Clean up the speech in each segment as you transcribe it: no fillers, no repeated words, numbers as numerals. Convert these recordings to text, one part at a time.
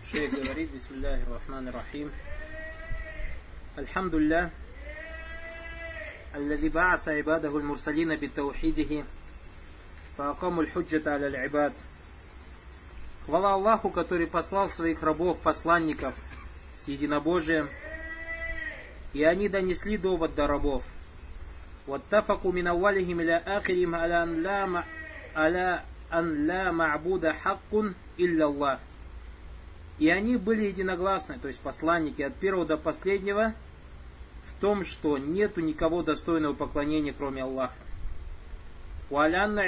Шейх говорит: бисмиллахи рахмани рахим. Альхамдулиллах, аллази ба'аса ибадаху аль-мурсалина бит-таухидихи, фаакаму аль-худжата аля аль-ибад. Хвала Аллаху, который послал своих рабов-посланников с единобожием, и они донесли довод до рабов. واتفقوا من أولهم إلى آخرهم على أن لا معبود حق إلا الله. И они были единогласны, то есть посланники от первого до последнего, в том, что нету никого достойного поклонения, кроме Аллаха. وعلى أن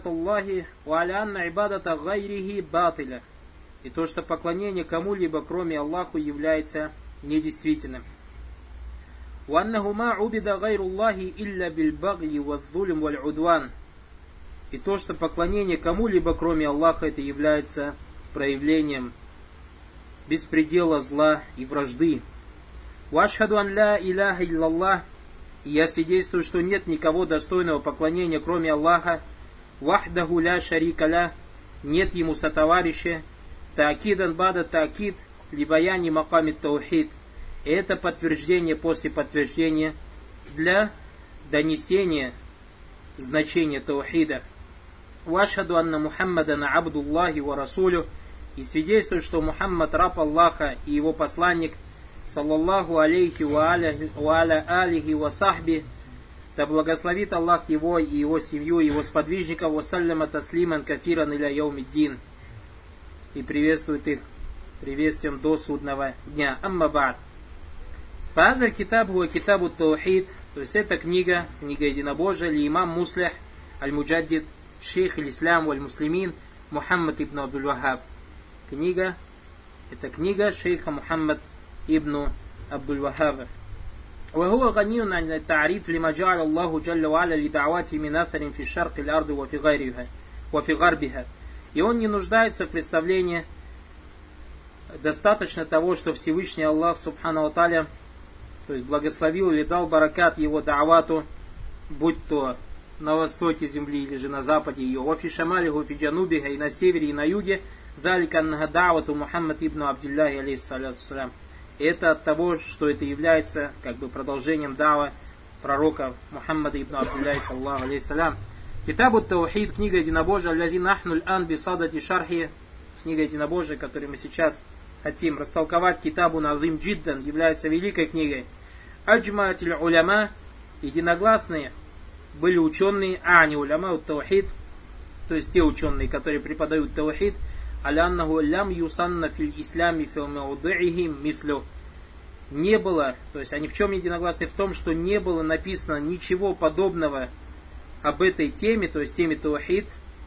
عبادة غيره باطلة. И то, что поклонение кому-либо, кроме Аллаху, является недействительным. وأنه ما عبد غير الله إلا بالبغي والظلم والعدوان. И то, что поклонение кому-либо, кроме Аллаха, это является проявлением беспредела, зла и вражды. وأشهد أن لا إله إلا الله. И я свидетельствую, что нет никого достойного поклонения, кроме Аллаха. وحده لا شريك له. Нет ему сотоварища. تأكيدا بعد تأكيد لبيان مقام التوحيد. Это подтверждение после подтверждения для донесения значения таухида. Вашхаду анна Мухаммадан абдуллахи ва расулю. И свидетельствует, что Мухаммад раб Аллаха и его посланник, саллаллаху алейхи ва аля алихи ва сахби. Да благословит Аллах его и его семью, и его сподвижников, ва салляма таслиман кафиран иля яумиддин. И приветствует их приветствием до судного дня. Амма ба'д. Фазаль китаб хуа китабу таухид. То есть это книга единобожия, ли имам Муслих аль-Муджаддид, шейх аль-Ислам валь-Муслимин Мухаммад ибн Абдуль-Вахаб. Это книга шейха Мухаммад ибн Абдуль-Вахаба. وهو غني عن التعريف لما جعل الله جل وعلا لدعواته من أثر في شرق الأرض وفي غربها. И он не нуждается в представлении. Достаточно того, что Всевышний Аллах Субхану ва Тааля, то есть благословил или дал баракат его да'вату, будь то на востоке земли или же на западе ее, вафи шамалиху фи джанубиха, и на севере и на юге, далика аннаха да'вату Мухаммад ибн Абдиллахи алейхиссалату вассалям. Это от того, что это является как бы продолжением дава пророка Мухаммада ибн Абдиллахи саллаллаху алейхиссалям. Китабу таухид, книга единобожия, аллази нахнуль ан бисадати шархи, книга единобожия, которую мы сейчас хотим растолковать, китабу назим джиддан, является великой книгой. Аджмаатиль уляма, единогласные были ученые, а не уляма ут таухид, то есть те ученые, которые преподают таухид, аляннаху лям юсанна фил ислами фил мауди'ихи мислю. Не было, то есть они в чем единогласны? В том, что не было написано ничего подобного об этой теме, то есть теме таухид,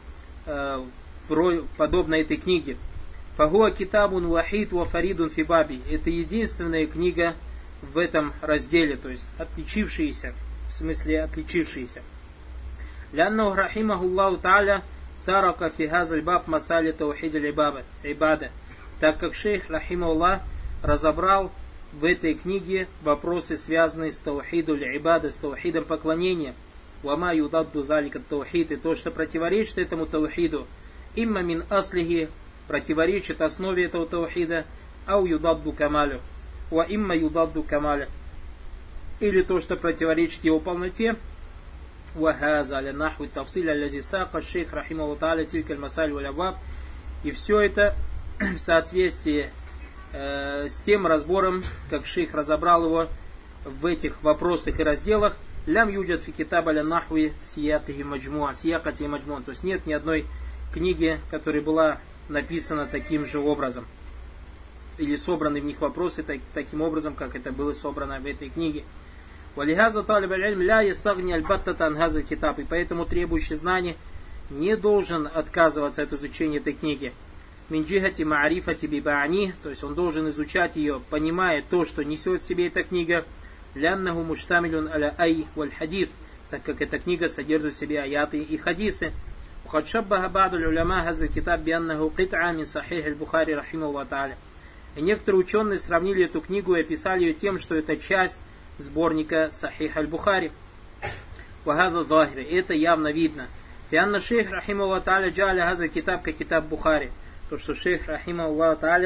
подобно этой книге. Фагуа китабун вахид ва фаридун фибаби. Это единственная книга в этом разделе, то есть отличившиеся, в смысле отличившиеся. Ляннаху рахимахуллаху та'аля тарака фи хазаль баб масали таухид аль-ибада. Так как шейх рахимахуллах разобрал в этой книге вопросы, связанные с таухидом аль-ибада, с таухидом поклонения. Вама юдадду залика таухид, и то, что противоречит этому таухиду. Имма мин аслихи, противоречит основе этого таухида, ау юдадду камалю. Ва имма юдадду камаля. Или то, что противоречит его полноте. Вахаза аля нахви тавсиля аллази сака шейх рахимаху та'аля тилькаль масаль валь абваб. И все это в соответствии с тем разбором, как шейх разобрал его в этих вопросах и разделах. Лям юджад фи китаб аля нахви сиякати маджмуан. То есть нет ни одной книги, которая была написана таким же образом. Или собраны в них вопросы таким образом, как это было собрано в этой книге. وَلِهَذَا طَالِبَ الْعِلْمِ لَا يَسْتَغْنِي الْبَتَّةَ عَنْ هَذَا الْكِتَابِ. И поэтому требующий знаний не должен отказываться от изучения этой книги. مِنْ جِهَةِ مَعْرِفَةِ بِبَعْنِهِ. То есть он должен изучать ее, понимая то, что несет в себе эта книга. لأنه مشتمل على أي والحديث, так как эта книга содержит в себе аяты и хадисы. وقد شبه بعض العلماء هذا الكتاب بأنه قطعة من صحيح البخاري رحمه الله تعالى. И некоторые ученые сравнили эту книгу и описали ее тем, что это часть сборника Сахих аль-Бухари. وهذا ظاهر, это явно видно. فأن الشيخ رحمه الله تعالى جعل هذا الكتاب ككتاب بخاري. То, что шейх рахимахуллах тааля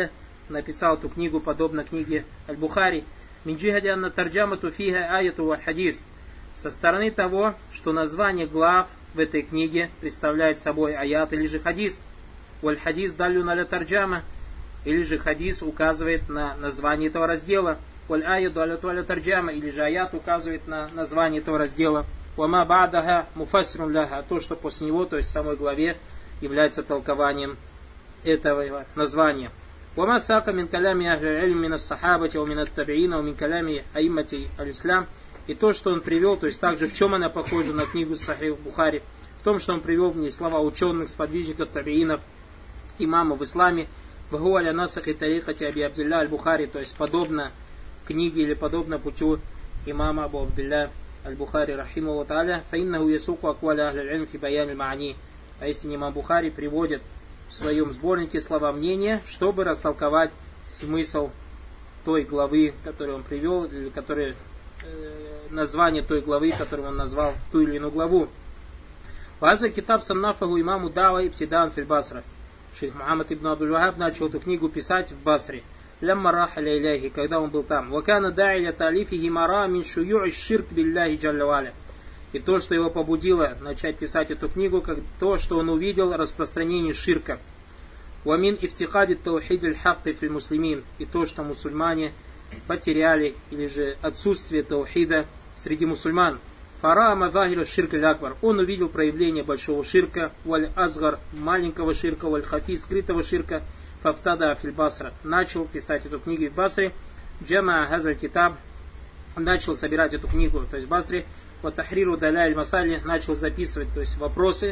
написал эту книгу, подобно книге Аль-Бухари. Мин джихади анна тарджамату фиха аяту ва хадис. Со стороны того, что название глав в этой книге представляет собой аят или же хадис. Валь хадис далюн аля тарджама. Или же хадис указывает на название этого раздела. Валь аяту аля тарджама. Или же аят указывает на название этого раздела. Вама ба'даха муфассирун ляха. То, что после него, то есть в самой главе, является толкованием этого названия. Вама сака мин калями ахли илм мин ас-сахабати ва мин ат-табиина ва мин калями аиммати аль-ислам. И то, что он привел, то есть также в чем она похожа на книгу Сахих Бухари, в том, что он привел в ней слова ученых, сподвижников, табиинов, имамов в исламе, вагуаля насах и тарикати Аби Абдилля аль-Бухари, то есть подобно книге или подобно путю имама Абу Абдилля аль-Бухари рахимаху тааля, фаиннаху ясуку акваля ахли илм фи баян аль-маани. А если имам Бухари приводит в своем сборнике слова мнения, чтобы растолковать смысл той главы, которую он привел, или который, название той главы, которую он назвал ту или иную главу. Ваза китаб саннафаху имаму Дава ибтидан фил Басра. Шейх Мухаммад ибн Абдуль Вахаб начал эту книгу писать в Басре. Лямма рахаля иляхи, когда он был там. Вакана да'iля талифихи мара мин шую'и ширк билляхи джалля ва'аля. И то, что его побудило начать писать эту книгу, как то, что он увидел распространение ширка. Вамин ифтикади таухид аль-хакки фил муслимин. И то, что мусульмане потеряли, или же отсутствие таухида среди мусульман. Фара мазахира ширк аль-акбар. Он увидел проявление большого ширка, валь-азгар, маленького ширка, валь-хафи, скрытого ширка, фаптада фил Басра. Начал писать эту книгу в Басре. Джама хазаль китаб. Начал собирать эту книгу, то есть в Басре. Ватахриру даля аль-масали, начал записывать, то есть вопросы,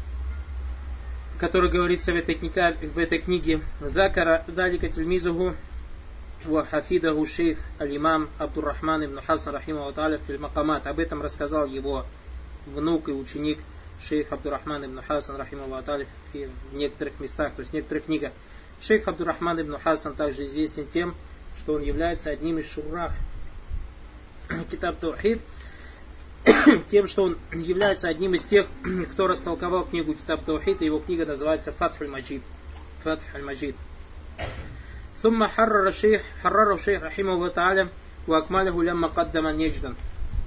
которые говорится в этой книге. Закара далика тильмизуху ва хафидаху шейх аль-имам Абдуррахман ибн Хасан рахимаху тааля фил макамат. Об этом рассказал его внук и ученик шейх Абдуррахман ибн Хасан рахимаху тааля в некоторых местах, то есть в некоторых книгах. Шейх Абдуррахман ибн Хасан также известен тем, что он является одним из шурах китаб таухид, тем, что он является одним из тех, кто растолковал книгу Китаб Таухид, и его книга называется Фатх аль-Маджид. Фатх аль-Маджид. ثم حرر الشيخ رحمه الله تعالى وأكمله لما قدم نجدا.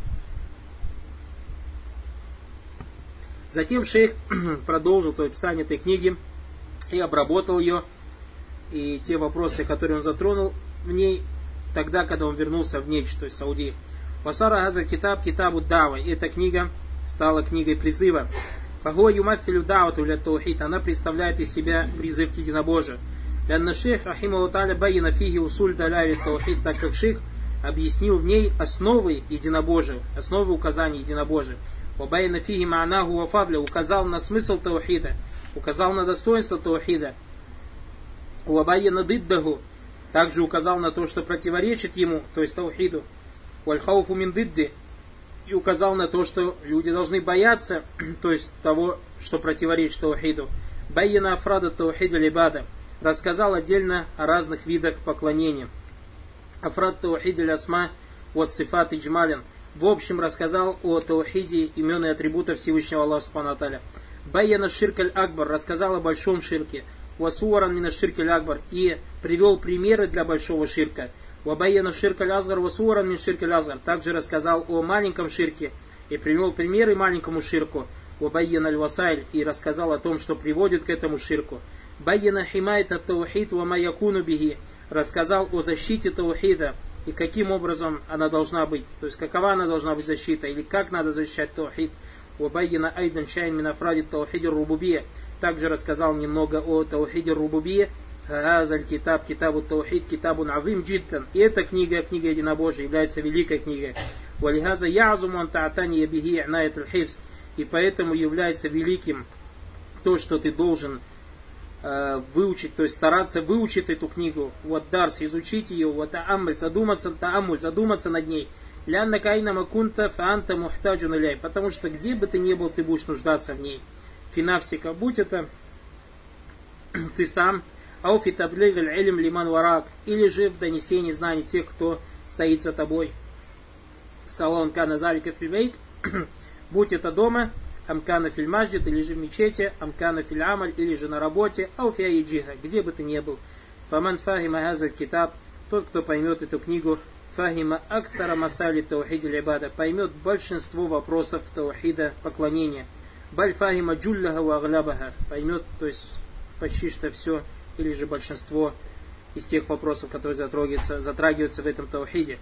Затем шейх продолжил то описание этой книги и обработал ее, и те вопросы, которые он затронул в ней, тогда, когда он вернулся в Недж, то есть в Саудии. Васара газа китаб китабу дава. Эта книга стала книгой призыва. Фахуа юмафилю давату ля таухид. Она представляет из себя призыв к единобожию. Лянна шейх рахимаху тааля байяна фиги усуль даля таухид. Так как шейх объяснил в ней основы единобожия, основы указаний единобожия. Вабайяна фиги ма'наху ва фадля. Указал на смысл таухида, указал на достоинство таухида. Вабайяна диддаху. Также указал на то, что противоречит ему, то есть таухиду. Вальхауфу мин дидди. И указал на то, что люди должны бояться, то есть того, что противоречит таухиду. Байяна афрада таухида либада. Рассказал отдельно о разных видах поклонения. Афрад таухида лясма вассифат иджмалин. В общем рассказал о таухиде имен и атрибутов Всевышнего Аллаха субхану ва тааля. Байяна ширк аль-акбар. Рассказал о большом ширке. Васуаран мина ширк аль-акбар. И привел примеры для большого ширка. Вабайяна ширк аль-азгар васуаран мин ширк аль-азгар. Также рассказал о маленьком ширке и привел примеры маленькому ширку. Вабайяна аль-васайль. И рассказал о том, что приводит к этому ширку. Байяна химайт ат-таухид ва ма якуну бихи. Рассказал о защите таухида и каким образом она должна быть. То есть какова она должна быть защита или как надо защищать таухид. Вабайяна айдан шайн мин афради таухиди рубубия. Также рассказал немного о таухиде рубубия. Хазаль китаб, китабу таухид, китабун азим джиддан. И эта книга, книга единобожия, является великой книгой. Валихаза язуму антаатани ябихи а'нает аль-хифз. И поэтому является великим то, что ты должен выучить, то есть стараться выучить эту книгу. Вот дарс, изучить ее, вот тааммуль, задуматься над ней. Лянна кайна макунта фаанта мухтаджун иляй. Потому что где бы ты ни был, ты будешь нуждаться в ней. Финавсика, будь это ты сам, ауфи таблиг аль-илм лиман варак, или же в донесении знаний тех, кто стоит за тобой. Салон кана залика фильмейт, будь это дома, амкана фильмаджид, или же в мечети, амкана фильамаль, или же на работе, ауфия и джиха, где бы ты ни был. Фаман фахима хазаль китаб, тот, кто поймет эту книгу, фахима актара масали таухиди либада, поймет большинство вопросов таухида поклонения. Баль фахима джулляха ва аглябаха, поймет, то есть почти что все, или же большинство из тех вопросов, которые затрагиваются в этом таухиде.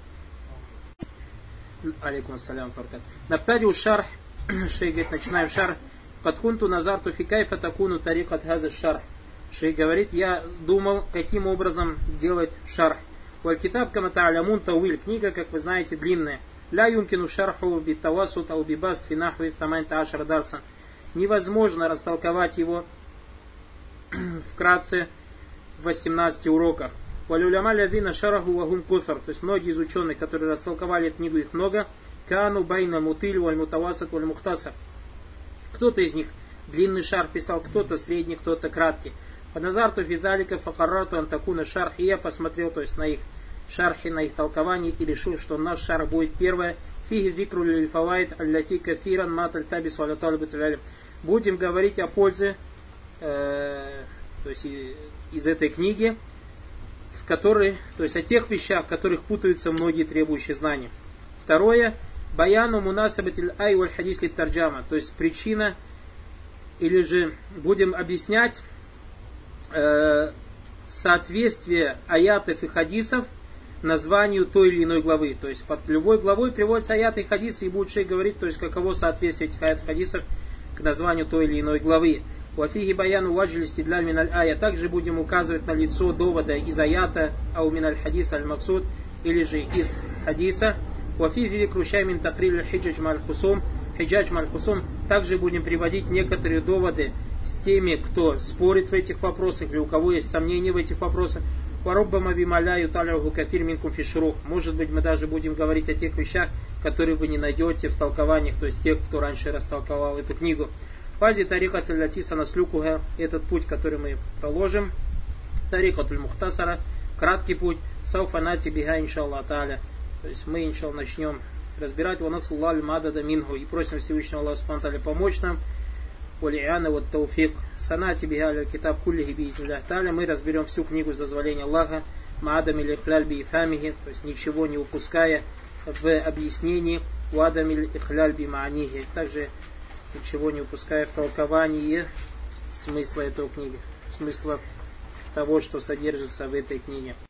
Алейкум ассалям фаркат. Наптадиу шарх, шейх говорит, начинаем шарх. Кадхунту назарту фикайфа такуну тарикат хаза шарх. Шейх говорит, я думал, каким образом делать шарх. Валь китаб кама та'алямун тауиль. Книга, как вы знаете, длинная. Ля юмкину шарху биттавасут ау бибаст финахви таманта ашар дарсан. Невозможно растолковать его вкратце в 18 уроках. Валюляма лядина шараху вагум куфар. То есть многие из ученых, которые растолковали эту книгу, их много. Кану байна мутиль валь мутавасат валь мухтасар. Кто-то из них длинный шарх писал, кто-то средний, кто-то краткий. Подназарту фидалика факарату антакуна шарх. И я посмотрел, то есть на их шархи, на их толкование, и решил, что наш шарх будет первое. Фиги викру лильфавайт аллати кафиран маталь табис валя талибат валялим. Будем говорить о пользе, то есть из этой книги, в которой, то есть о тех вещах, в которых путаются многие требующие знаний. Второе, баяну мунасабатиль ай валь хадис лит тарджама, то есть причина, или же будем объяснять соответствие аятов и хадисов названию той или иной главы. То есть под любой главой приводятся аяты и хадисы, и будет шейх говорить, то есть каково соответствие этих аятов и хадисов к названию той или иной главы. Вафиги баяну ваджили стидляль миналь ая. Также будем указывать на лицо довода из аята, ау миналь хадис аль максуд, или же из хадиса. Вафиги викрущай мин такриль хиджадж маль хусум. Хиджадж маль хусум. Также будем приводить некоторые доводы с теми, кто спорит в этих вопросах, или у кого есть сомнения в этих вопросах. Варуббама вималяю таляху кафир минкум фишрух. Может быть, мы даже будем говорить о тех вещах, которые вы не найдете в толкованиях, то есть тех, кто раньше растолковал эту книгу. Фази тарикат латиса наслюкуга, этот путь, который мы проложим. Тарикатуль мухтасара, краткий путь. Сауфанати бига иншаллах та'аля. То есть мы, иншаллах, начнем разбирать его насуллаль мадада мингу. И просим Всевышнего Аллаха субхану ва тааля помочь нам. Вали'ана вот тауфик. Санати бига китаб куллихи биизниллях та'аля. Мы разберем всю книгу с дозволения Аллаха. Маадам или ихляль би ифамихи. То есть ничего не упуская в объяснении. Вадам или ихляль би маанихи. Также ничего не упуская в толковании смысла этой книги, смысла того, что содержится в этой книге.